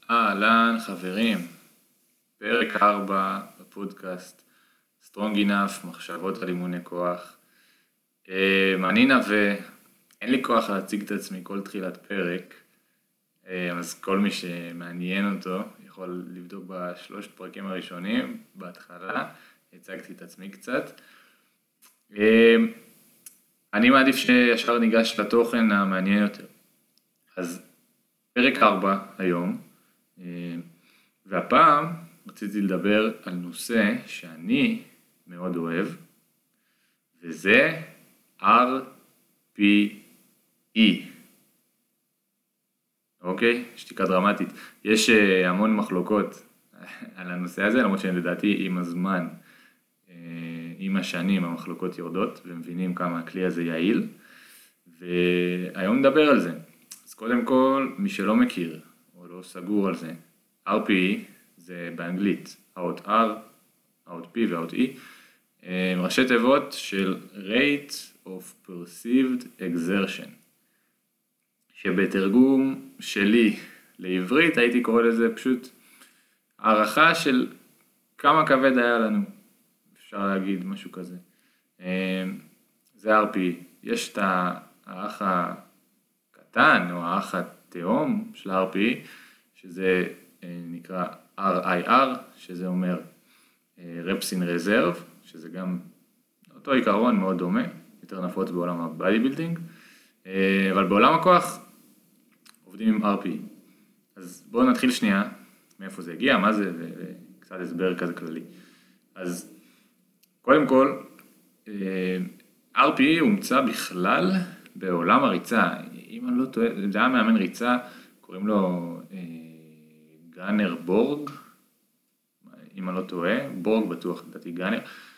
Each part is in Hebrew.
אהלן חברים, פרק 4 בפודקאסט Strong Enough, מחשבות על אימוני כוח. אני נווה, אין לי כוח להציג את עצמי כל תחילת פרק, אז כל מי שמעניין אותו יכול לבדוק בשלושת פרקים הראשונים. בהתחלה הצגתי את עצמי קצת. אני מעדיף שישר ניגש לתוכן המעניין יותר. אז פרק 4 היום, והפעם רציתי לדבר על נושא שאני מאוד אוהב, וזה RPE. אוקיי? שתיקה דרמטית. יש המון מחלוקות על הנושא הזה, למרות שלדעתי עם הזמן, עם השנים המחלוקות יורדות, ומבינים כמה הכלי הזה יעיל, והיום נדבר על זה. אז קודם כל, מי שלא מכיר, או לא סגור על זה, RPE זה באנגלית, האות R, האות P והאות E, ראשי תיבות של Rate of Perceived Exertion, שבתרגום שלי לעברית הייתי קורא לזה פשוט הערכה של כמה כבד היה לנו, אפשר להגיד משהו כזה. זה RPE. יש את האח הקטן או האח התאום של RPE, שזה נקרא RIR, שזה אומר Reps in Reserve, שזה גם אותו עיקרון מאוד דומה, יותר נפוץ בעולם הבאדי בילדינג, אבל בעולם הכוח עובדים עם RPE. אז בואו נתחיל שנייה, מאיפה זה הגיע, מה זה, וקצת הסבר כזה כללי. אז קודם כל, RPE הומצא בכלל בעולם הריצה. אם אני לא טועה, זה היה מאמן ריצה, קוראים לו גאנר בורג, אם אני לא טועה, בורג בטוח, לדעתי גאנר,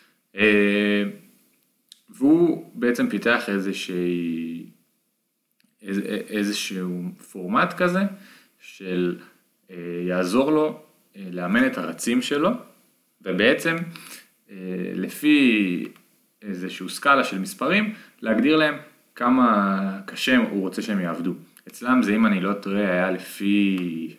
והוא בעצם פיתח איזשהו פורמט כזה, של יעזור לו לאמן את הרצים שלו, ובעצם לפי איזשהו סקאלה של מספרים, להגדיר להם כמה קשה הוא רוצה שהם יעבדו. אצלם זה, אם אני לא טועה, היה לפי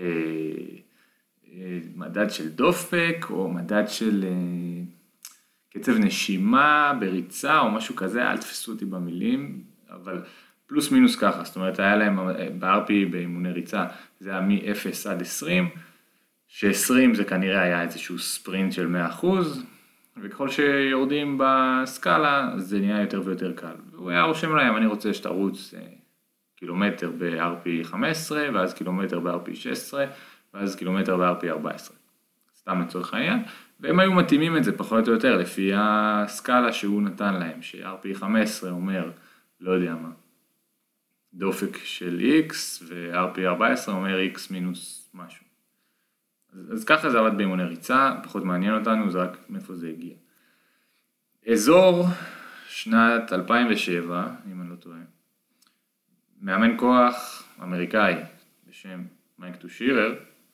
מדד של דופק, או מדד של קצב נשימה בריצה, או משהו כזה, אל תפסו אותי במילים, אבל פלוס מינוס ככה. זאת אומרת, היה להם ב-RPE באימוני ריצה, זה היה מ-0 עד 20, ש-20 זה כנראה היה איזשהו ספרינט של 100%, וככל שיורדים בסקאלה, זה נהיה יותר ויותר קל. הוא היה רושם להם, אני רוצה שתרוץ קילומטר ב-RPE 15, ואז קילומטר ב-RPE 16, ואז קילומטר ב-RPE 14. סתם לצורך העניין. והם היו מתאימים את זה פחות או יותר, לפי הסקאלה שהוא נתן להם, ש-RPE 15 אומר, לא יודע מה, דופק של X, ו-RPE 14 אומר X מינוס משהו. אז ככה זה עבד באימוני ריצה, פחות מעניין אותנו, זה רק מאיפה זה הגיע. אזור שנת 2007, אם אני לא טועה, מאמן כוח אמריקאי בשם מייק טושירר,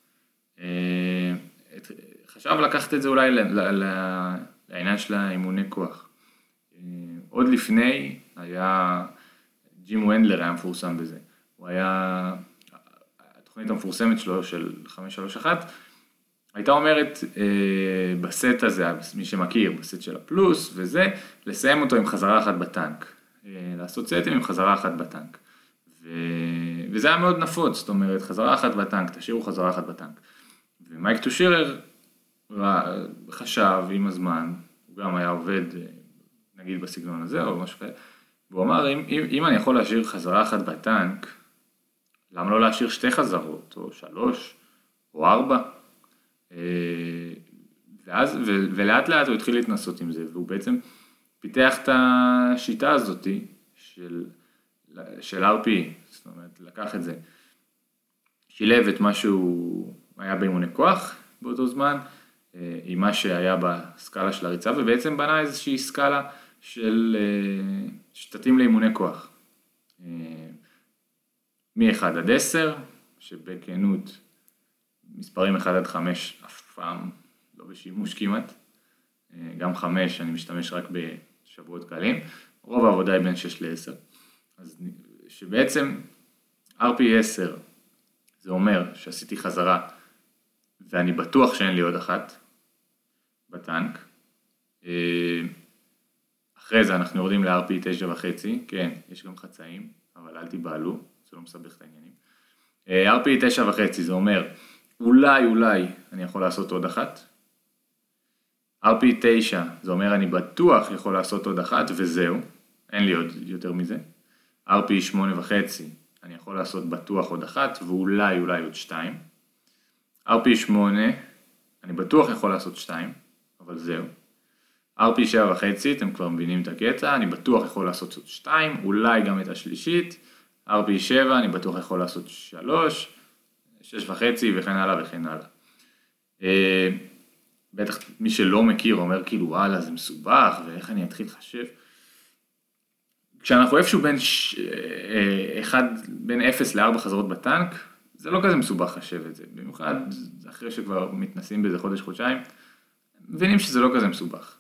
חשב לקחת את זה אולי לעניין של האימוני כוח. עוד לפני היה, ג'ים ונדלר היה מפורסם בזה, הוא היה, התוכנית המפורסמת שלו של 531, הייתה אומרת בסט הזה, מי שמכיר, בסט של הפלוס וזה, לסיים אותו עם חזרה אחת בטנק. לעשות סטים עם חזרה אחת בטנק. וזה היה מאוד נפוץ, זאת אומרת, חזרה אחת בטנק, תשאירו חזרה אחת בטנק. ומייק טושירר חשב עם הזמן, הוא גם היה עובד, נגיד בסגנון הזה או משהו כזה, והוא אמר, אם אני יכול להשאיר חזרה אחת בטנק, למה לא להשאיר 2 חזרות, או 3, או 4? ולאט לאט הוא התחיל להתנסות עם זה, והוא בעצם פיתח את השיטה הזאת של RPE, זאת אומרת, לקח את זה, שילב את מה שהוא היה באימוני כוח באותו זמן, עם מה שהיה בסקאלה של הריצה, ובעצם בנה איזושהי סקאלה של שתתאים לאימוני כוח. מ-1 עד 10, שבכנות מספרים 1 עד 5 אף פעם לא בשימוש כמעט, גם 5 אני משתמש רק בשבועות קלים, רוב העבודה היא בין 6 ל-10, אז שבעצם RPE 10 זה אומר שעשיתי חזרה, ואני בטוח שאין לי עוד אחת בטנק. אחרי זה אנחנו יורדים ל-RP 9.5, כן, יש גם חצאים, אבל אל תיבהלו, זה לא מסבך את העניינים. RP 9.5 זה אומר, אולי אני יכול לעשות עוד אחת. RP 9 זה אומר, אני בטוח יכול לעשות עוד אחת, וזהו, אין לי עוד יותר מזה. RP 8.5 אני יכול לעשות בטוח עוד אחת, ואולי עוד 2. RP 8 אני בטוח יכול לעשות 2, אבל זהו. RP 7.5, אתם כבר מבינים את הקטע, אני בטוח יכול לעשות 2, אולי גם את השלישית. RP 7, אני בטוח יכול לעשות 3, 6.5 וכן הלאה וכן הלאה. בטח מי שלא מכיר אומר כאילו וואלה זה מסובך ואיך אני אתחיל לחשב. כשאנחנו איפשהו בין 0 ל-4 חזרות בטנק, זה לא כזה מסובך לחשב את זה. במיוחד אחרי שכבר מתנסים בזה חודש-חודשיים, מבינים שזה לא כזה מסובך.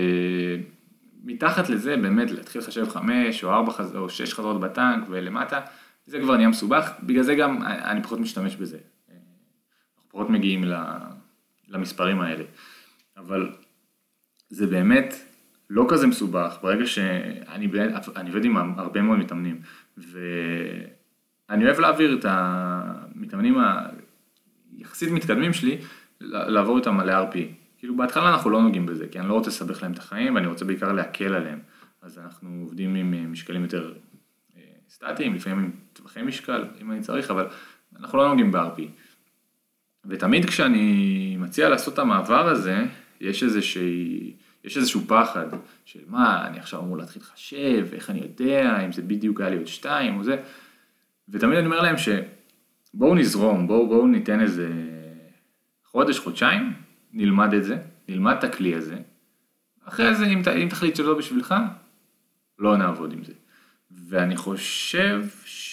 מתחת לזה באמת להתחיל לחשב 5 או 4 או 6 חזרות בטנק ולמטה, זה כבר נהיה מסובך, בגלל זה גם אני פחות משתמש בזה. אנחנו פחות מגיעים למספרים האלה. אבל זה באמת לא כזה מסובך, ברגע שאני עובד עם הרבה מאוד מתאמנים, ואני אוהב להעביר את המתאמנים היחסית מתקדמים שלי, לעבור איתם ל-RP. כאילו בהתחלה אנחנו לא נוגעים בזה, כי אני לא רוצה לסבך להם את החיים, ואני רוצה בעיקר להקל עליהם. אז אנחנו עובדים עם משקלים יותר סטטיים, לפעמים עם טווחי משקל, אם אני צריך, אבל אנחנו לא נוגעים ב-RP. ותמיד כשאני מציע לעשות את המעבר הזה, יש איזשהו פחד של מה, אני עכשיו אמור להתחיל לחשב, איך אני יודע, אם זה בדיוק היה לי עוד 2 או זה. ותמיד אני אומר להם שבואו נזרום, בואו ניתן איזה חודש, חודשיים, נלמד את זה, נלמד את הכלי הזה. אחרי זה, אם תחליט שלא בשבילך, לא נעבוד עם זה. ואני חושב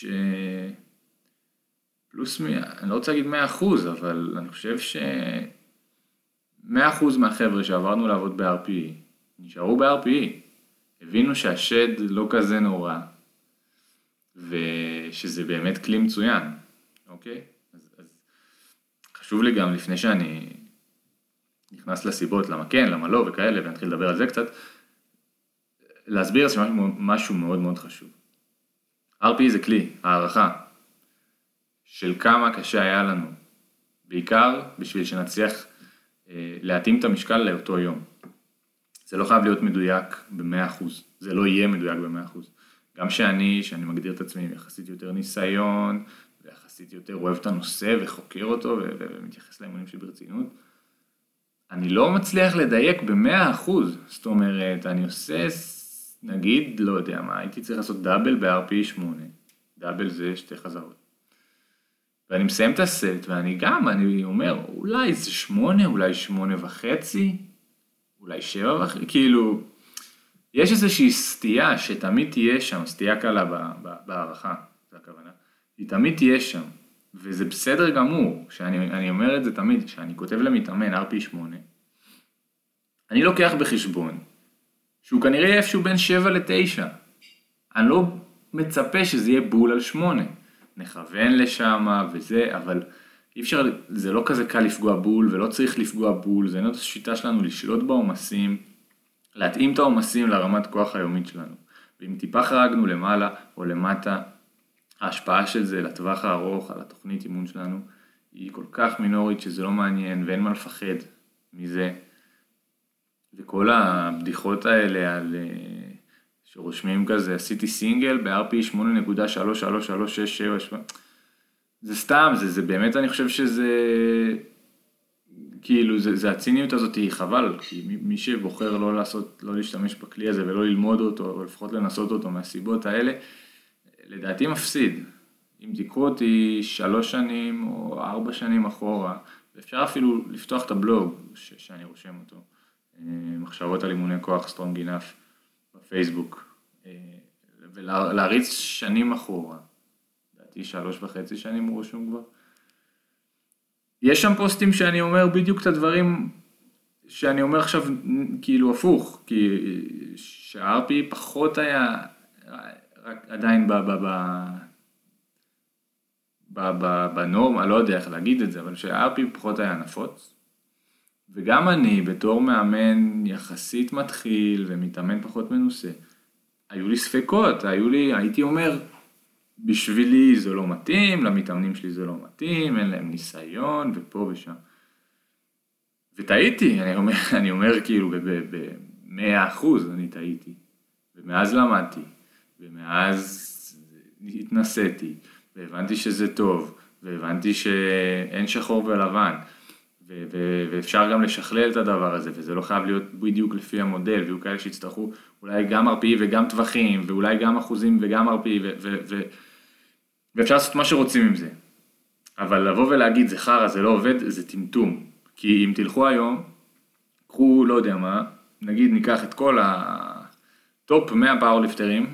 פלוס 100, אני לא רוצה להגיד 100%, אבל אני חושב 100% מהחבר'ה שעברנו לעבוד ב-RP, נשארו ב-RP, הבינו שהשד לא כזה נורא, ושזה באמת כלי מצוין, אוקיי? אז חשוב לי גם לפני שאני נכנס לסיבות, למה כן, למה לא וכאלה, ונתחיל לדבר על זה קצת, להסביר משהו מאוד מאוד חשוב. RP זה כלי, הערכה, של כמה קשה היה לנו, בעיקר בשביל שנצליח להתאים את המשקל לאותו יום. זה לא חייב להיות מדויק ב-100%, זה לא יהיה מדויק ב-100%. גם שאני מגדיר את עצמי יחסית יותר ניסיון, ויחסית יותר אוהב את הנושא וחוקר אותו ומתייחס לאימונים שברצינות, אני לא מצליח לדייק ב-100%, זאת אומרת, אני עושה, נגיד, לא יודע מה, הייתי צריך לעשות דאבל ב-RP 8, דאבל זה 2 חזרות. ואני מסיים את הסט, ואני אומר, אולי זה 8, אולי 8.5, אולי 7.5, כאילו, יש איזושהי סטייה שתמיד תהיה שם, סטייה קלה בהערכה, זה הכוונה, היא תמיד תהיה שם, וזה בסדר גמור, שאני אומר את זה תמיד, כשאני כותב למתאמן RP 8, אני לוקח בחשבון, שהוא כנראה איפשהו בין 7 ל-9, אני לא מצפה שזה יהיה בול על 8, נכוון לשם וזה, אבל אי אפשר, זה לא כזה קל לפגוע בול, ולא צריך לפגוע בול, זה אינו את השיטה שלנו לשלוט בעומסים, להתאים את העומסים לרמת כוח היומית שלנו. ואם טיפה חרגנו למעלה או למטה, ההשפעה של זה לטווח הארוך על התוכנית אימון שלנו, היא כל כך מינורית שזה לא מעניין, ואין מה לפחד מזה. וכל הבדיחות האלה על שרושמים כזה, עשיתי סינגל ב-RP 8.3336, זה סתם, זה באמת אני חושב שזה, כאילו, זה הציניות הזאת היא חבל, כי מי שבוחר לא להשתמש בכלי הזה ולא ללמוד אותו, או לפחות לנסות אותו מהסיבות האלה, לדעתי מפסיד. אם תיקחו אותי 3 שנים או 4 שנים אחורה, ואפשר אפילו לפתוח את הבלוג שאני רושם אותו, מחשבות על אימוני כוח סטרונג אינאף בפייסבוק, ולהריץ שנים אחורה, לדעתי 3.5 שנים הוא רשום כבר. יש שם פוסטים שאני אומר בדיוק את הדברים שאני אומר עכשיו כאילו הפוך, כי שה-RP פחות היה רק עדיין בנורמה, לא יודע איך להגיד את זה, אבל שה-RP פחות היה נפוץ. וגם אני, בתור מאמן יחסית מתחיל ומתאמן פחות מנוסה, היו לי ספקות, הייתי אומר, בשבילי זה לא מתאים, למתאמנים שלי זה לא מתאים, אין להם ניסיון, ופה ושם. וטעיתי, אני אומר כאילו ב100% אני טעיתי. ומאז למדתי, ומאז התנסיתי, והבנתי שזה טוב, והבנתי שאין שחור ולבן, ואפשר גם לשכלל את הדבר הזה, וזה לא חייב להיות בדיוק לפי המודל, ויהיו כאלה שיצטרכו אולי גם RPE וגם טווחים, ואולי גם אחוזים וגם RPE, ואפשר לעשות מה שרוצים עם זה. אבל לבוא ולהגיד זה חרא, זה לא עובד, זה טמטום. כי אם תלכו היום, קחו, לא יודע מה, נגיד ניקח את כל הטופ 100 פאורליפטרים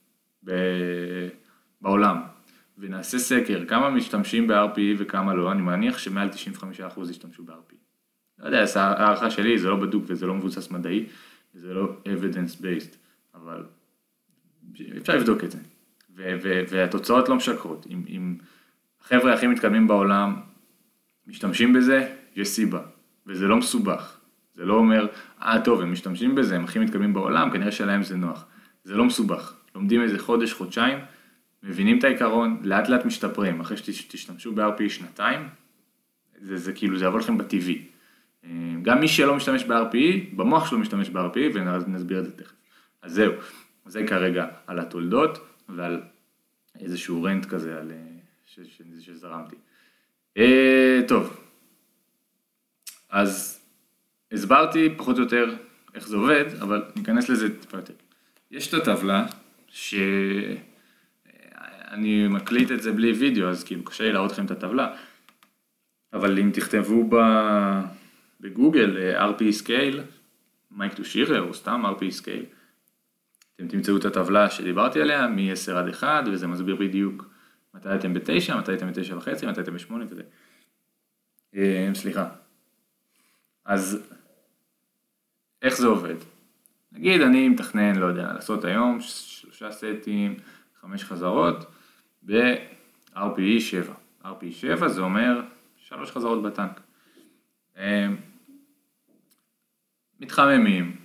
בעולם, ונעשה סקר, כמה משתמשים ב-RPE וכמה לא, אני מניח שמעל 95% ישתמשו ב-RPE. לא יודע, הערכה שלי, זה לא בדוק וזה לא מבוסס מדעי, וזה לא evidence based, אבל אפשר לבדוק את זה. והתוצאות לא משקרות. אם החבר'ה הכי מתקדמים בעולם משתמשים בזה, יש סיבה, וזה לא מסובך. זה לא אומר, טוב, הם משתמשים בזה, הם הכי מתקדמים בעולם, כנראה שלהם זה נוח. זה לא מסובך. לומדים איזה חודש, חודשיים, מבינים את העיקרון, לאט לאט משתפרים. אחרי שתשתמשו ב-RPE שנתיים, זה כאילו, זה יבוא לכם בטבעי. גם מי שלא משתמש ב-RPE, במוח שלו משתמש ב-RPE, ונסביר את זה תכף. אז זהו, זה כרגע על התולדות, ועל איזשהו רנט כזה, על שזרמתי. טוב, אז הסברתי פחות או יותר איך זה עובד, אבל ניכנס לזה טיפה יותר. יש את הטבלה, שאני מקליט את זה בלי וידאו, אז כאילו קשה לי להראות לכם את הטבלה, אבל אם תכתבו בגוגל RPE Scale, מייק טושירר או סתם RPE Scale, אתם תמצאו את הטבלה שדיברתי עליה, מ-10 עד 1, וזה מסביר בדיוק מתי אתם ב-9, מתי אתם ב-9.5, מתי אתם ב-8 וזה. סליחה. אז איך זה עובד? נגיד אני מתכנן, לא יודע, לעשות היום 3 סטים, 5 חזרות, ב-RPE 7. RPE 7 זה אומר 3 חזרות בטנק. מתחממים.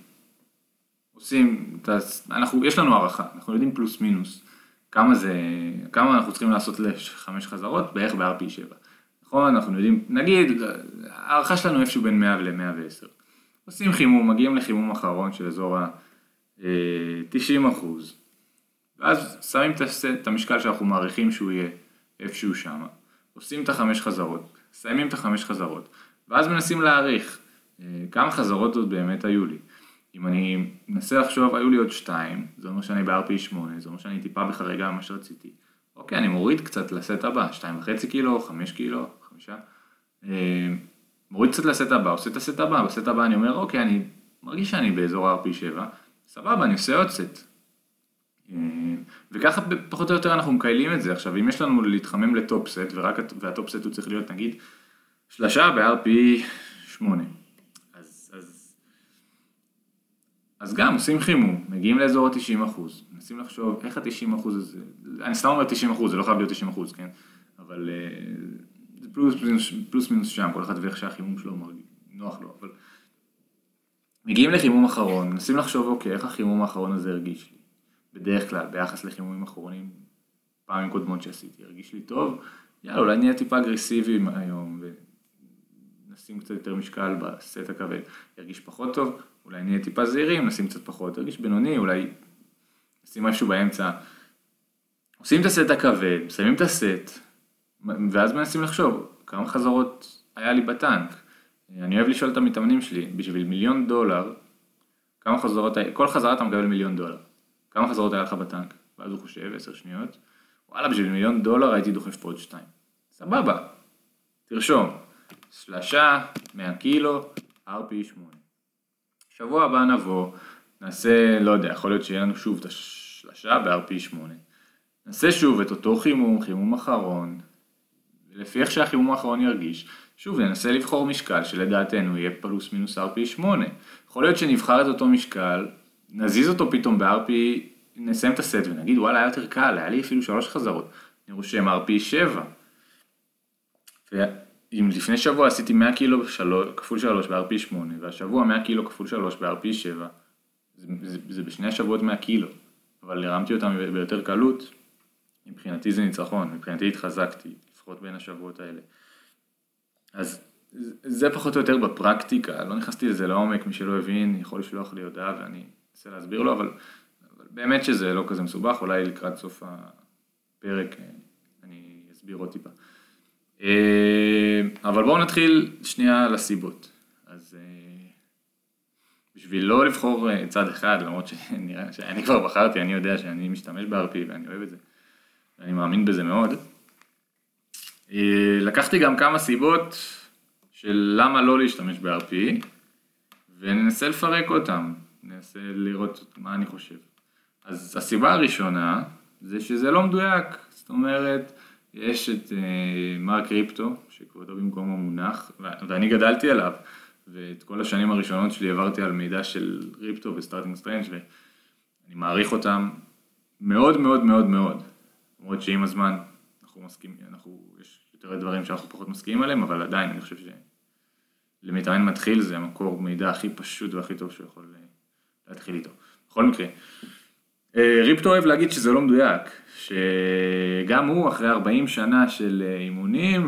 יש לנו הערכה, אנחנו יודעים פלוס מינוס, כמה אנחנו צריכים לעשות ל5 חזרות, בערך ב-RPE 7. נכון, אנחנו יודעים, נגיד, הערכה שלנו איפשהו בין 100 ל-110. עושים חימום, מגיעים לחימום אחרון של אזור ה-90%, ואז שמים את המשקל שאנחנו מעריכים שהוא יהיה איפשהו שם. עושים את ה5 חזרות, סיימים את ה5 חזרות, ואז מנסים להעריך כמה חזרות עוד באמת היו לי. אם אני מנסה לחשוב, היו לי עוד 2, זה אומר שאני ב-RPE 8, זה אומר שאני טיפה בחריגה מה שרציתי. אוקיי, אני מוריד קצת לסט הבא, 2.5 קילו, 5 קילו, 5. מוריד קצת לסט הבא, עושה את הסט הבא, בסט הבא אני אומר, אוקיי, אני מרגיש שאני באזור ה-RPE 7, סבבה, אני עושה עוד סט. וככה פחות או יותר אנחנו מקיילים את זה. עכשיו, אם יש לנו להתחמם לטופ סט, והטופ סט הוא צריך להיות, נגיד, שלשה ב-RPE 8. אז גם עושים חימום, מגיעים לאזור ה-90%, מנסים לחשוב איך ה-90% הזה, אני סתם אומר 90%, זה לא חייב להיות 90%, כן? אבל זה פלוס מינוס שם, כל אחד ואיך שהחימום שלו נוח לו, אבל מגיעים לחימום אחרון, מנסים לחשוב, אוקיי, איך החימום האחרון הזה הרגיש לי? בדרך כלל, ביחס לחימומים אחרונים, פעמים קודמות שעשיתי, הרגיש לי טוב, יאללה, אולי נהיה טיפה אגרסיביים היום, ונשים קצת יותר משקל בסט הכבד, ירגיש פחות טוב, אולי נהיה טיפה זהירים, נשים קצת פחות, תרגיש בינוני, אולי נשים משהו באמצע. עושים את הסט הכבד, מסיימים את הסט, ואז מנסים לחשוב, כמה חזרות היה לי בטנק. אני אוהב לשאול את המתאמנים שלי, בשביל $1,000,000, כמה חזרות, כל חזרה אתה מקבל $1,000,000. כמה חזרות היה לך בטנק? ואז הוא חושב, 10 שניות, וואלה, בשביל $1,000,000 הייתי דוחף פה עוד 2. סבבה, תרשום, שלשה, 100 קילו, RPE 8. שבוע הבא נבוא, נעשה, לא יודע, יכול להיות שיהיה לנו שוב את השלשה ב-RPE 8. נעשה שוב את אותו חימום אחרון, ולפי איך שהחימום האחרון ירגיש, שוב ננסה לבחור משקל שלדעתנו יהיה פלוס מינוס RPE 8. יכול להיות שנבחר את אותו משקל, נזיז אותו פתאום ב-RPE, נסיים את הסט ונגיד, וואלה, היה יותר קל, היה לי אפילו 3 חזרות. אני רושם RPE 7. ואם לפני שבוע עשיתי 100 קילו כפול 3 ב-RP 8, והשבוע 100 קילו כפול 3 ב-RP 7, זה בשני השבועות 100 קילו, אבל הרמתי אותם ביותר קלות, מבחינתי זה ניצחון, מבחינתי התחזקתי, לפחות בין השבועות האלה. אז זה פחות או יותר בפרקטיקה, לא נכנסתי לזה לעומק, מי שלא הבין יכול לשלוח לי הודעה ואני אנסה להסביר לו, אבל באמת שזה לא כזה מסובך, אולי לקראת סוף הפרק אני אסביר עוד טיפה. אבל בואו נתחיל שנייה לסיבות. אז בשביל לא לבחור צד אחד, למרות שנראה שאני כבר בחרתי, אני יודע שאני משתמש ב-RP ואני אוהב את זה, ואני מאמין בזה מאוד. לקחתי גם כמה סיבות של למה לא להשתמש ב-RP, וננסה לפרק אותם, ננסה לראות מה אני חושב. אז הסיבה הראשונה זה שזה לא מדויק, זאת אומרת, יש את מר קריפטו, שכבודו במקום המונח, ואני גדלתי עליו, ואת כל השנים הראשונות שלי עברתי על מידע של קריפטו וסטארטינג סטרנג' ואני מעריך אותם מאוד מאוד מאוד מאוד. למרות שעם הזמן אנחנו מסכימים, יש יותר דברים שאנחנו פחות מסכימים עליהם, אבל עדיין אני חושב שלמתאמן מתחיל זה המקור מידע הכי פשוט והכי טוב שיכול להתחיל איתו. בכל מקרה, ריפטו אוהב להגיד שזה לא מדויק, שגם הוא אחרי 40 שנה של אימונים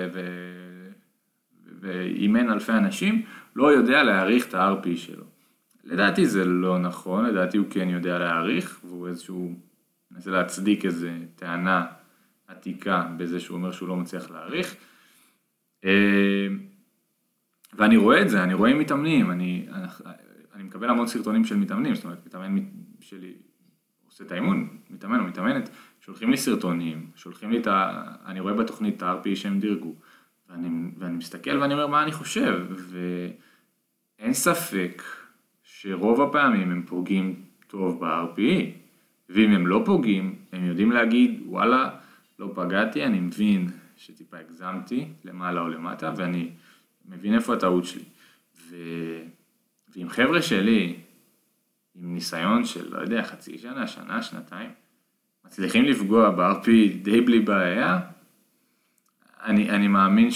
ואימן אלפי אנשים, לא יודע להעריך את ה-RP שלו. לדעתי זה לא נכון, לדעתי הוא כן יודע להעריך, והוא איזשהו, מנסה להצדיק איזו טענה עתיקה בזה שהוא אומר שהוא לא מצליח להעריך. ואני רואה את זה, אני רואה מתאמנים, אני מקבל המון סרטונים של מתאמנים, זאת אומרת, מתאמן שלי עושה את האימון, מתאמן או מתאמנת, שולחים לי סרטונים, שולחים לי אני רואה בתוכנית את ה-RP שהם דירגו, ואני מסתכל ואני אומר מה אני חושב, ואין ספק שרוב הפעמים הם פוגעים טוב ב-RP, ואם הם לא פוגעים, הם יודעים להגיד, וואלה, לא פגעתי, אני מבין שטיפה הגזמתי למעלה או למטה, ואני מבין איפה הטעות שלי. ועם חבר'ה שלי, עם ניסיון של, לא יודע, חצי שנה, שנה, שנתיים, מצליחים לפגוע ב-RP די בלי בעיה, אני מאמין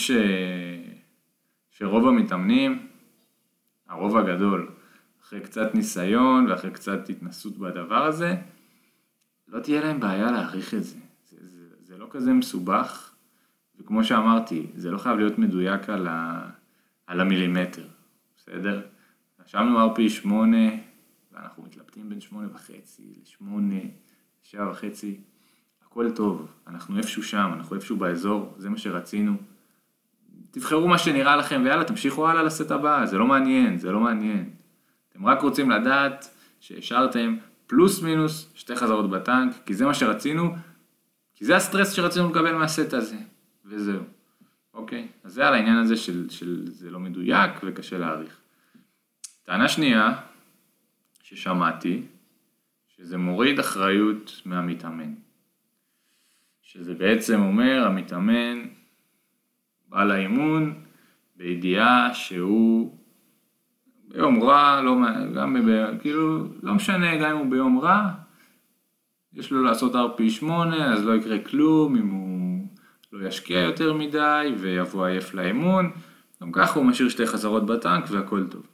שרוב המתאמנים, הרוב הגדול, אחרי קצת ניסיון ואחרי קצת התנסות בדבר הזה, לא תהיה להם בעיה להעריך את זה. זה לא כזה מסובך, וכמו שאמרתי, זה לא חייב להיות מדויק על המילימטר, בסדר? רשמנו RP 8, ואנחנו מתלבטים בין 8.5 ל-8, 7.5, הכל טוב, אנחנו איפשהו שם, אנחנו איפשהו באזור, זה מה שרצינו. תבחרו מה שנראה לכם, ויאללה, תמשיכו הלאה לסט הבא, זה לא מעניין, זה לא מעניין. אתם רק רוצים לדעת שהשארתם פלוס מינוס 2 חזרות בטנק, כי זה מה שרצינו, כי זה הסטרס שרצינו לקבל מהסט הזה, וזהו. אוקיי? אז זה על העניין הזה של זה לא מדויק וקשה להעריך. טענה שנייה ששמעתי, שזה מוריד אחריות מהמתאמן. שזה בעצם אומר, המתאמן בא לאימון בידיעה שהוא ביום רע, כאילו לא משנה, גם אם הוא ביום רע, יש לו לעשות RP 8, אז לא יקרה כלום אם הוא לא ישקיע יותר מדי ויבוא עייף לאימון, גם ככה הוא משאיר 2 חזרות בטנק והכל טוב.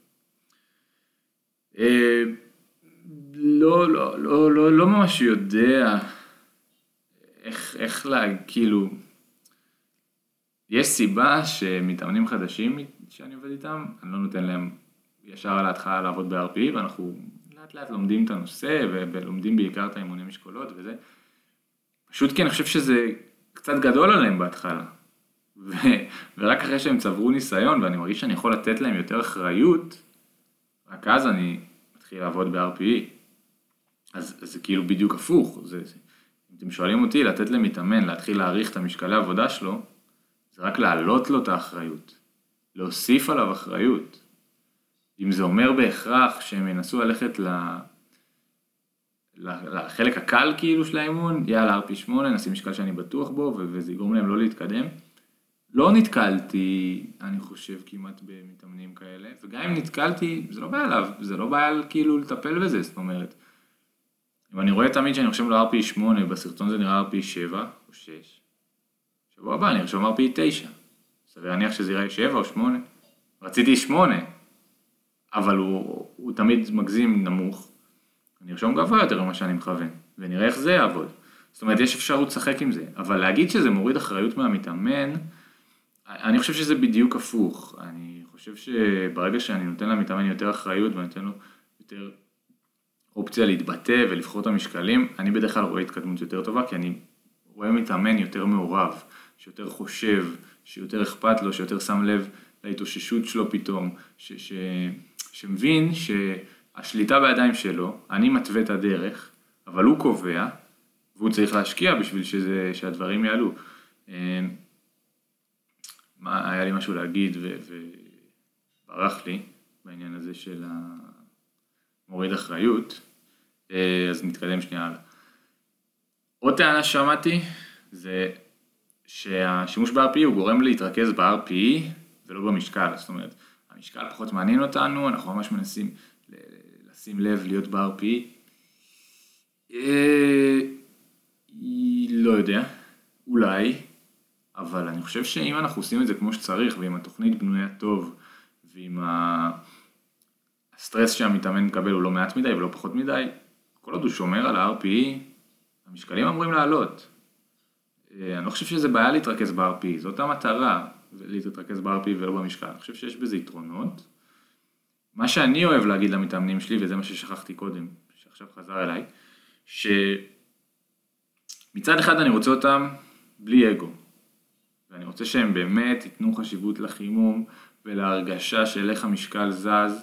לא ממש יודע איך כאילו, יש סיבה שמתאמנים חדשים שאני עובד איתם, אני לא נותן להם ישר על ההתחלה לעבוד ב-RP, ואנחנו לאט לאט לומדים את הנושא, ולומדים בעיקר את האימוני משקולות וזה, פשוט כי אני חושב שזה קצת גדול עליהם בהתחלה, ורק אחרי שהם צברו ניסיון, ואני מרגיש שאני יכול לתת להם יותר אחריות, רק אז אני מתחיל לעבוד ב-RP. אז זה כאילו בדיוק הפוך, אם אתם שואלים אותי לתת למתאמן, להתחיל להעריך את המשקלי העבודה שלו, זה רק להעלות לו את האחריות, להוסיף עליו אחריות. אם זה אומר בהכרח שהם ינסו ללכת לחלק הקל כאילו של האימון, יאללה RP 8, נשים משקל שאני בטוח בו, וזה יגרום להם לא להתקדם. לא נתקלתי, אני חושב, כמעט במתאמנים כאלה, וגם אם נתקלתי, זה לא בעיה עליו, זה לא בעיה כאילו לטפל בזה, זאת אומרת. אם אני רואה תמיד שאני חושב לו RP 8, בסרטון זה נראה RP 7 או 6, שבוע הבא אני חושב RP 9, סביר להניח שזה יראה 7 או 8. רציתי 8, אבל הוא תמיד מגזים נמוך. אני ארשום גבוה יותר ממה שאני מכוון, ונראה איך זה יעבוד. זאת אומרת, יש אפשרות לשחק עם זה, אבל להגיד שזה מוריד אחריות מהמתאמן, אני חושב שזה בדיוק הפוך. אני חושב שברגע שאני נותן למתאמן יותר אחריות, ואני נותן לו יותר אופציה להתבטא ולבחור את המשקלים, אני בדרך כלל רואה התקדמות יותר טובה, כי אני רואה מתאמן יותר מעורב, שיותר חושב, שיותר אכפת לו, שיותר שם לב להתאוששות שלו פתאום, שמבין שהשליטה בידיים שלו, אני מתווה את הדרך, אבל הוא קובע, והוא צריך להשקיע בשביל שהדברים יעלו. היה לי משהו להגיד וברח לי בעניין הזה של המוריד אחריות, אז נתקדם שנייה הלאה. עוד טענה ששמעתי זה שהשימוש ב-RPE הוא גורם להתרכז ב-RPE ולא במשקל. זאת אומרת, המשקל פחות מעניין אותנו, אנחנו ממש מנסים לשים לב להיות ב-RPE. לא יודע, אולי, אבל אני חושב שאם אנחנו עושים את זה כמו שצריך, ואם התוכנית בנויה טוב, ואם הסטרס שהמתאמן מקבל הוא לא מעט מדי ולא פחות מדי, כל עוד הוא שומר על ה-RPE, המשקלים אמורים לעלות. אני לא חושב שזה בעיה להתרכז ב-RPE, זאת המטרה, להתרכז ב-RPE ולא במשקל. אני חושב שיש בזה יתרונות. מה שאני אוהב להגיד למתאמנים שלי, וזה מה ששכחתי קודם, שעכשיו חזר אליי, שמצד אחד אני רוצה אותם בלי אגו. ואני רוצה שהם באמת ייתנו חשיבות לחימום ולהרגשה של איך המשקל זז,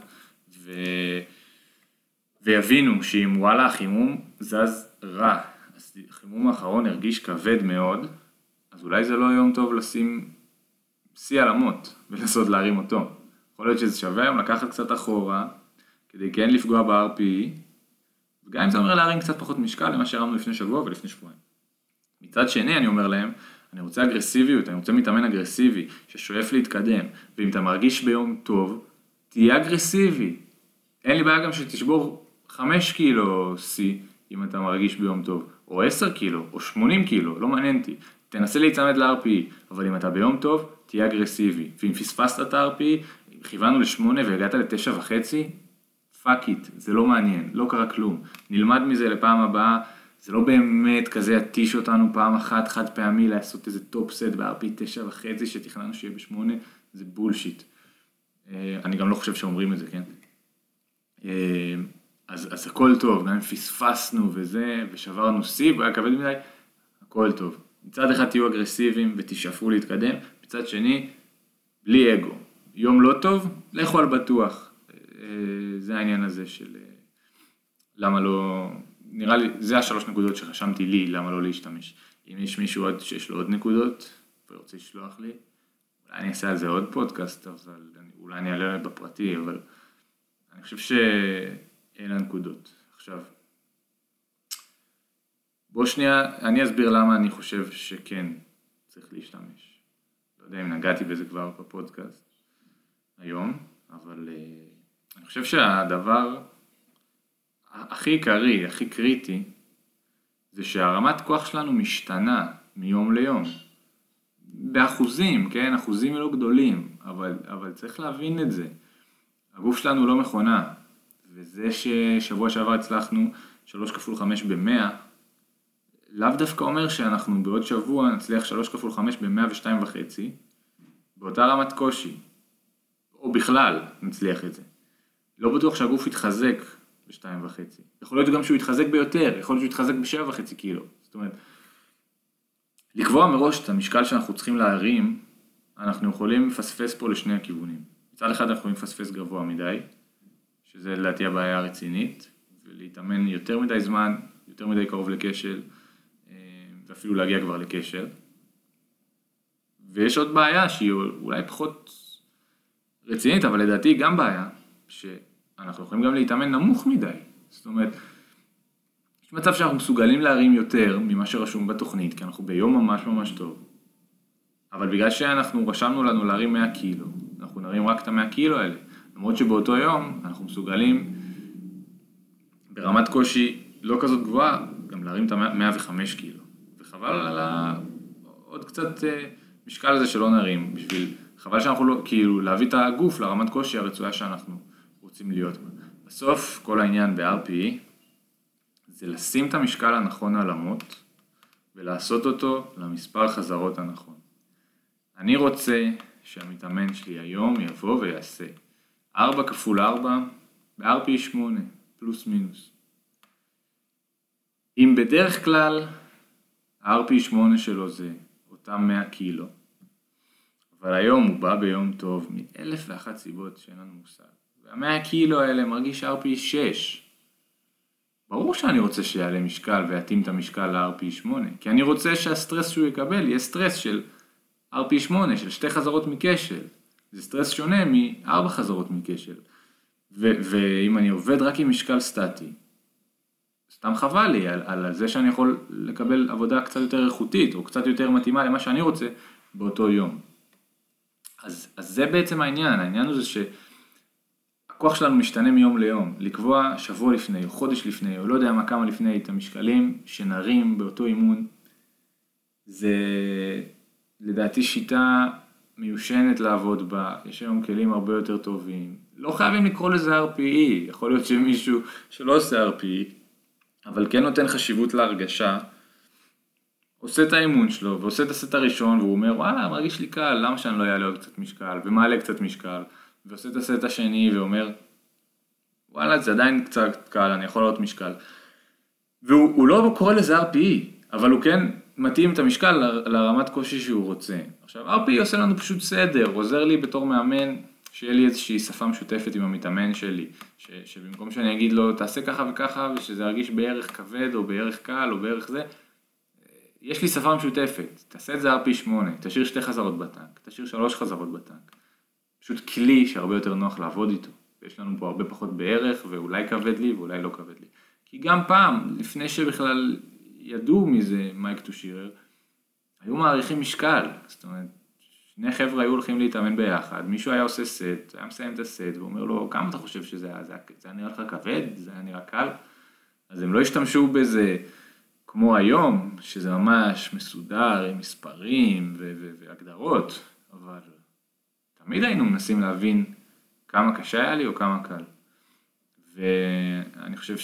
ויבינו שאם וואלה החימום זז רע, אז החימום האחרון הרגיש כבד מאוד, אז אולי זה לא יום טוב לשים שיא על המוט ולנסות להרים אותו. יכול להיות שזה שווה היום לקחת קצת אחורה, כדי כן לפגוע ב-RPE, וגם אם זה אומר להרים קצת פחות משקל למה שהרמנו לפני שבוע ולפני שבועיים. מצד שני אני אומר להם, אני רוצה אגרסיביות, אני רוצה מתאמן אגרסיבי, ששואף להתקדם, ואם אתה מרגיש ביום טוב, תהיה אגרסיבי. אין לי בעיה גם שתשבור 5 קילו C, אם אתה מרגיש ביום טוב, או 10 קילו, או 80 קילו, לא מעניין אותי. תנסה להצמד ל-RPE, אבל אם אתה ביום טוב, תהיה אגרסיבי. ואם פספסת את ה-RPE, כיוונו ל8 והגעת ל9.5, fuck it, זה לא מעניין, לא קרה כלום. נלמד מזה לפעם הבאה, זה לא באמת כזה יתיש אותנו פעם אחת, חד פעמי, לעשות איזה טופ סט ב-RPE 9.5 שתכננו שיהיה ב8, זה בולשיט. אני גם לא חושב שאומרים את זה, כן? אז הכל טוב, גם אם פספסנו וזה, ושברנו C, והיה כבד מדי, הכל טוב. מצד אחד תהיו אגרסיביים ותשאפו להתקדם, מצד שני, בלי אגו. יום לא טוב, לכו על בטוח. זה העניין הזה של למה לא, נראה לי, זה 3 נקודות שחשמתי לי, למה לא להשתמש. אם יש מישהו עוד שיש לו עוד נקודות, ורוצה לשלוח לי, אולי אני אעשה על זה עוד פודקאסט, אבל אולי אני אעלה בפרטי, אבל אני חושב שאלה נקודות. עכשיו, בוא שנייה, אני אסביר למה אני חושב שכן צריך להשתמש. לא יודע אם נגעתי בזה כבר בפודקאסט היום, אבל אני חושב שהדבר הכי עיקרי, הכי קריטי, זה שהרמת כוח שלנו משתנה מיום ליום. באחוזים, כן? אחוזים לא גדולים, אבל צריך להבין את זה. הגוף שלנו לא מכונה, וזה ששבוע שעבר הצלחנו 3 כפול 5 ב-100, לאו דווקא אומר שאנחנו בעוד שבוע נצליח 3 כפול 5 ב-102.5, באותה רמת קושי, או בכלל נצליח את זה. לא בטוח שהגוף יתחזק ב-2.5. יכול להיות גם שהוא יתחזק ביותר, יכול להיות שהוא יתחזק ב-7.5 קילו. זאת אומרת, לקבוע מראש את המשקל שאנחנו צריכים להרים, אנחנו יכולים לפספס פה לשני הכיוונים. מצד אחד אנחנו יכולים לפספס גבוה מדי, שזה לדעתי הבעיה הרצינית, ולהתאמן יותר מדי זמן, יותר מדי קרוב לקשר, ואפילו להגיע כבר לקשר. ויש עוד בעיה שהיא אולי פחות רצינית, אבל לדעתי גם בעיה, שאנחנו יכולים גם להתאמן נמוך מדי. זאת אומרת, יש מצב שאנחנו מסוגלים להרים יותר ממה שרשום בתוכנית, כי אנחנו ביום ממש ממש טוב. אבל בגלל שאנחנו רשמנו לנו להרים 100 קילו, אנחנו נרים רק את 100 קילו האלה. למרות שבאותו יום אנחנו מסוגלים ברמת קושי לא כזאת גבוהה, גם להרים את 105 קילו. וחבל על עוד קצת משקל הזה שלא נרים בשביל וחבל שאנחנו לא, כאילו להביא את הגוף לרמת קושי הרצויה שאנחנו רוצים להיות בה. בסוף כל העניין ב-RPE זה לשים את המשקל הנכון על המוט ולעשות אותו למספר חזרות הנכון. אני רוצה שהמתאמן שלי היום יבוא ויעשה 4 כפול 4 ב-RPE 8 פלוס מינוס. אם בדרך כלל ה-RPE 8 שלו זה אותם 100 קילו, אבל היום הוא בא ביום טוב מ1,001 סיבות שאין לנו מושג. וה100 קילו האלה מרגיש RPE 6. ברור שאני רוצה שיעלה משקל ויתאים את המשקל ל-RPE 8, כי אני רוצה שהסטרס שהוא יקבל יהיה סטרס של RPE 8, של 2 חזרות מכשל. זה סטרס שונה מ4 חזרות מכשל. ואם אני עובד רק עם משקל סטטי, סתם חבל לי על זה שאני יכול לקבל עבודה קצת יותר איכותית, או קצת יותר מתאימה למה שאני רוצה באותו יום. אז זה בעצם העניין הוא זה שהכוח שלנו משתנה מיום ליום, לקבוע שבוע לפני, או חודש לפני, או לא יודע מה כמה לפני, את המשקלים שנרים באותו אימון, זה לדעתי שיטה מיושנת לעבוד בה, יש היום כלים הרבה יותר טובים, לא חייבים לקרוא לזה RPE, יכול להיות שמישהו שלא עושה RPE, אבל כן נותן חשיבות להרגשה, עושה את האימון שלו, ועושה את הסט הראשון, והוא אומר, וואלה, מרגיש לי קל, למה שאני לא אעלה עוד קצת משקל, ומעלה קצת משקל, ועושה את הסט השני, ואומר, וואלה, זה עדיין קצת קל, אני יכול לעלות משקל. והוא לא קורא לזה RPE, אבל הוא כן מתאים את המשקל לרמת קושי שהוא רוצה. עכשיו, RPE עושה לנו פשוט סדר, עוזר לי בתור מאמן, שיהיה לי איזושהי שפה משותפת עם המתאמן שלי, שבמקום שאני אגיד לו, תעשה ככה וככה, ושזה ירגיש בערך כבד, או בערך קל, או בערך זה, יש לי שפה משותפת, תעשה את זה RPE 8, תשאיר 2 חזרות בטנק, תשאיר 3 חזרות בטנק. פשוט כלי שהרבה יותר נוח לעבוד איתו. יש לנו פה הרבה פחות בערך, ואולי כבד לי, ואולי לא כבד לי. כי גם פעם, לפני שבכלל ידעו מזה מייק טושירר, היו מעריכים משקל. זאת אומרת, 2 חבר'ה היו הולכים להתאמן ביחד, מישהו היה עושה סט, היה מסיים את הסט, ואומר לו, כמה אתה חושב שזה היה? זה היה נראה לך כבד? זה היה נראה קל? אז הם לא השתמשו בזה כמו היום, שזה ממש מסודר עם מספרים והגדרות, אבל תמיד היינו מנסים להבין כמה קשה היה לי או כמה קל. ואני חושב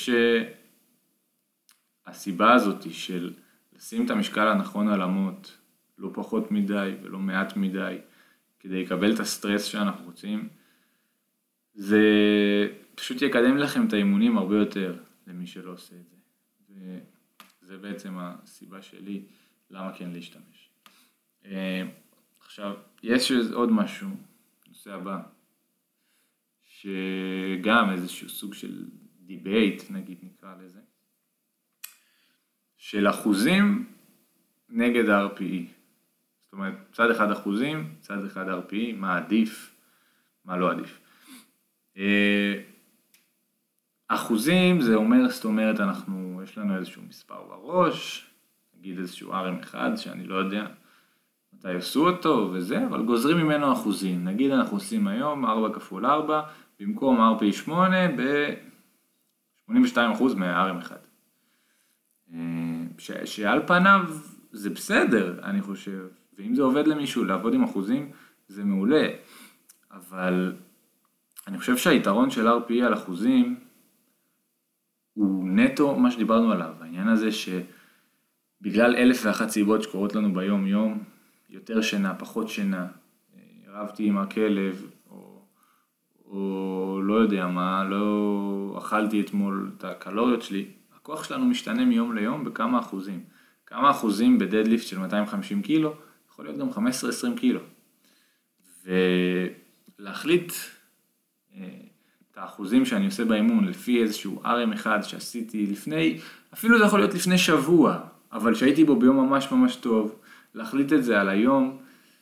שהסיבה הזאת של לשים את המשקל הנכון על המוט, לא פחות מדי ולא מעט מדי, כדי לקבל את הסטרס שאנחנו רוצים, זה פשוט יקדם לכם את האימונים הרבה יותר למי שלא עושה את זה. וזה בעצם הסיבה שלי למה כן להשתמש. עכשיו, יש עוד משהו, נושא הבא, שגם איזשהו סוג של דיבייט, נגיד נקרא לזה, של אחוזים נגד ה-RPE. זאת אומרת, צד אחד אחוזים, צד אחד RPE, מה עדיף, מה לא עדיף. אחוזים זה אומר, זאת אומרת, יש לנו איזשהו מספר בראש, נגיד איזשהו RM1 שאני לא יודע מתי עשו אותו וזה, אבל גוזרים ממנו אחוזים. נגיד אנחנו עושים היום 4 כפול 4, במקום RPE 8 ב-82% מה-RM1. שעל פניו זה בסדר, אני חושב, ואם זה עובד למישהו לעבוד עם אחוזים, זה מעולה, אבל אני חושב שהיתרון של RPE על אחוזים, הוא נטו מה שדיברנו עליו, העניין הזה שבגלל 1,001 סיבות שקורות לנו ביום יום, יותר שינה, פחות שינה, רבתי עם הכלב, או לא יודע מה, לא אכלתי אתמול את הקלוריות שלי, הכוח שלנו משתנה מיום ליום בכמה אחוזים. כמה אחוזים בדדליפט של 250 קילו, יכול להיות גם 15-20 קילו. ולהחליט את האחוזים שאני עושה באימון לפי איזשהו RM אחד שעשיתי לפני, אפילו זה יכול להיות לפני שבוע, אבל שהייתי בו ביום ממש ממש טוב, להחליט את זה על היום,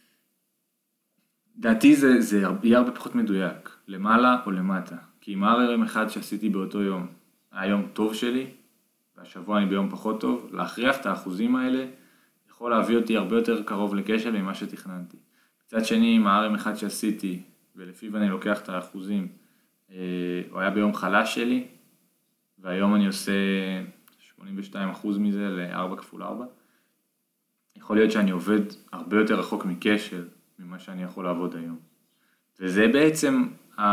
דעתי זה יהיה הרבה פחות מדויק, למעלה או למטה. כי אם RM אחד שעשיתי באותו יום, היום טוב שלי, והשבוע אני ביום פחות טוב, להכריח את האחוזים האלה, יכול להביא אותי הרבה יותר קרוב לקשל ממה שתכננתי. מצד שני, עם ה-RM אחד שעשיתי, ולפיו אני לוקח את האחוזים, הוא היה ביום חלש שלי, והיום אני עושה 82% מזה ל-4 כפול 4. יכול להיות שאני עובד הרבה יותר רחוק מקשל ממה שאני יכול לעבוד היום. וזה בעצם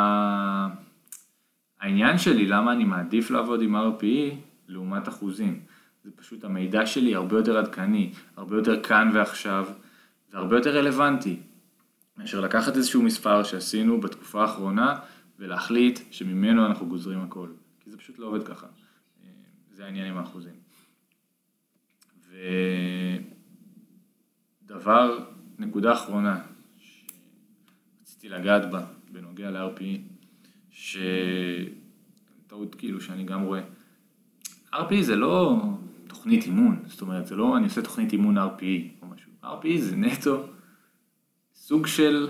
העניין שלי, למה אני מעדיף לעבוד עם RPE לעומת אחוזים. זה פשוט המידע שלי הרבה יותר עדכני, הרבה יותר כאן ועכשיו, והרבה יותר רלוונטי. מאשר לקחת איזשהו מספר שעשינו בתקופה האחרונה, ולהחליט שממנו אנחנו גוזרים הכל. כי זה פשוט לא עובד ככה. זה העניין עם האחוזים. נקודה אחרונה, שרציתי לגעת בה, בנוגע ל-RPE, שטעות כאילו שאני גם רואה, RPE זה לא תוכנית אימון, זאת אומרת, זה לא אני עושה תוכנית אימון RPE או משהו. RPE זה נטו סוג של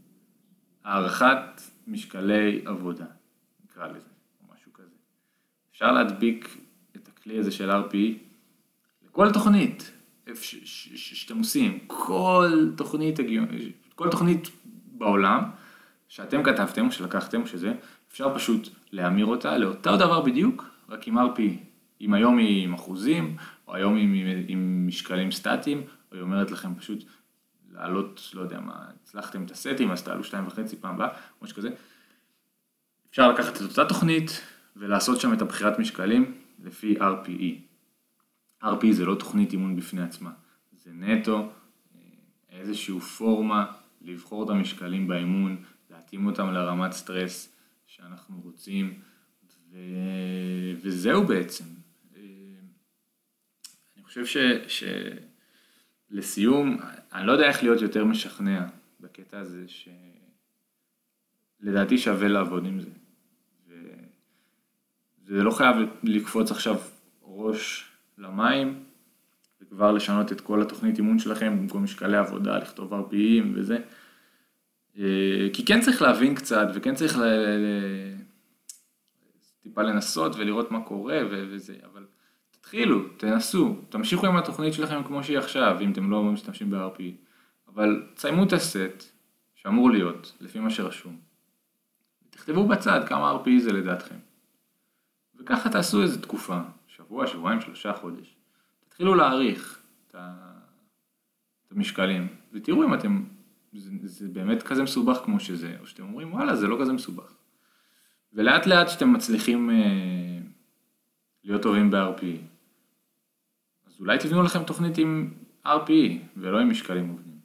הערכת משקלי עבודה, נקרא לזה, או משהו כזה. אפשר להדביק את הכלי הזה של RPE לכל תוכנית שאתם עושים, כל תוכנית בעולם שאתם כתבתם או שלקחתם או שזה, אפשר פשוט להמיר אותה לאותו דבר בדיוק, רק עם RPE. אם היום היא עם אחוזים, או היום היא עם משקלים סטטיים, או היא אומרת לכם פשוט לעלות, לא יודע מה, הצלחתם את הסטים, אז תעלו 2.5 פעם הבאה, משהו כזה. אפשר לקחת את אותה תוכנית ולעשות שם את הבחירת משקלים לפי RPE. RPE זה לא תוכנית אימון בפני עצמה, זה נטו איזשהו פורמה לבחור את המשקלים באימון, להתאים אותם לרמת סטרס שאנחנו רוצים, וזהו בעצם. אני חושב שלסיום, אני לא יודע איך להיות יותר משכנע בקטע הזה, שלדעתי שווה לעבוד עם זה. וזה לא חייב לקפוץ עכשיו ראש למים, וכבר לשנות את כל התוכנית אימון שלכם, במקום משקלי עבודה, לכתוב RPE'ים וזה. כי כן צריך להבין קצת, וכן צריך טיפה לנסות ולראות מה קורה וזה, אבל תתחילו, תנסו, תמשיכו עם התוכנית שלכם כמו שהיא עכשיו, אם אתם לא משתמשים ב-RPE, אבל תסיימו את הסט שאמור להיות, לפי מה שרשום. תכתבו בצד כמה RPE זה לדעתכם. וככה תעשו איזו תקופה, שבוע, שבועיים, 3 חודש. תתחילו להעריך את המשקלים, ותראו אם זה באמת כזה מסובך כמו שזה, או שאתם אומרים, וואלה, זה לא כזה מסובך. ולאט לאט שאתם מצליחים להיות טובים ב-RPE, אז אולי תבנו לכם תוכנית עם RPE, ולא עם משקלים מובנים.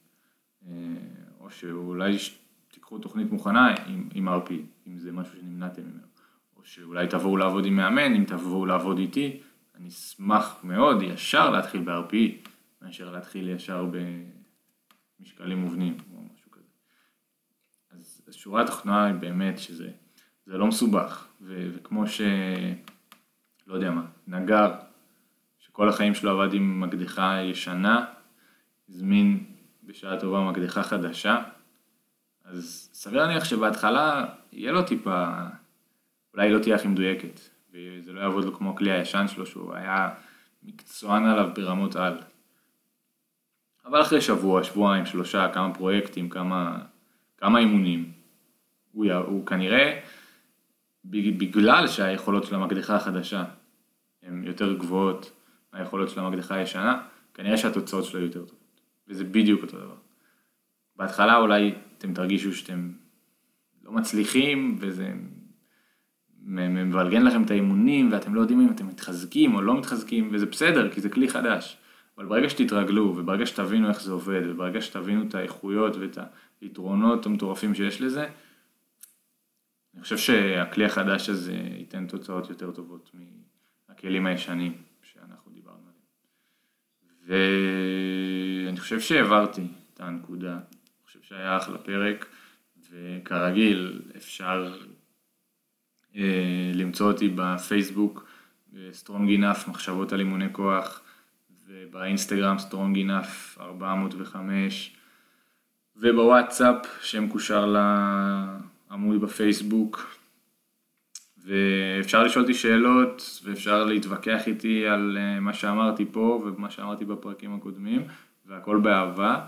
או שאולי תיקחו תוכנית מוכנה עם RPE, אם זה משהו שנמנעתם ממנו. או שאולי תבואו לעבוד עם מאמן, אם תבואו לעבוד איתי, אני אשמח מאוד ישר להתחיל ב-RPE, מאשר להתחיל ישר במשקלים מובנים, או משהו כזה. אז שורה התוכנה היא באמת שזה לא מסובך, וכמו לא יודע מה, נגר, שכל החיים שלו עבד עם מקדחה ישנה, הזמין בשעה טובה מקדחה חדשה, אז סביר להניח שבהתחלה יהיה לו טיפה, אולי לא תהיה הכי מדויקת, וזה לא יעבוד לו כמו הכלי הישן שלו, שהוא היה מקצוען עליו ברמות על. אבל אחרי שבוע, שבועיים, 3, כמה פרויקטים, כמה אימונים, הוא כנראה, בגלל שהיכולות של המקדחה החדשה הן יותר גבוהות מהיכולות של המקדחה הישנה, כנראה שהתוצאות שלו יותר טובות. וזה בדיוק אותו דבר. בהתחלה אולי אתם תרגישו שאתם לא מצליחים, וזה מבלגן לכם את האימונים, ואתם לא יודעים אם אתם מתחזקים או לא מתחזקים, וזה בסדר, כי זה כלי חדש. אבל ברגע שתתרגלו, וברגע שתבינו איך זה עובד, וברגע שתבינו את האיכויות ואת היתרונות המטורפים שיש לזה, אני חושב שהכלי החדש הזה ייתן תוצאות יותר טובות מהכלים הישנים שאנחנו דיברנו עליהם. ואני חושב שהעברתי את הנקודה, אני חושב שהיה אחלה פרק, וכרגיל אפשר למצוא אותי בפייסבוק, Strong Enough, מחשבות על אימוני כוח, ובאינסטגרם Strong Enough 405, ובוואטסאפ שמקושר לעמוד בפייסבוק, ואפשר לשאול אותי שאלות, ואפשר להתווכח איתי על מה שאמרתי פה, ומה שאמרתי בפרקים הקודמים, והכל באהבה,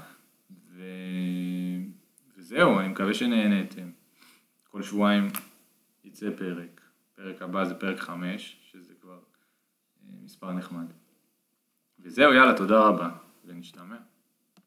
וזהו, אני מקווה שנהנתם. כל שבועיים יצא פרק. פרק הבא זה פרק 5, שזה כבר מספר נחמד. וזהו, יאללה, תודה רבה, ונשתמע.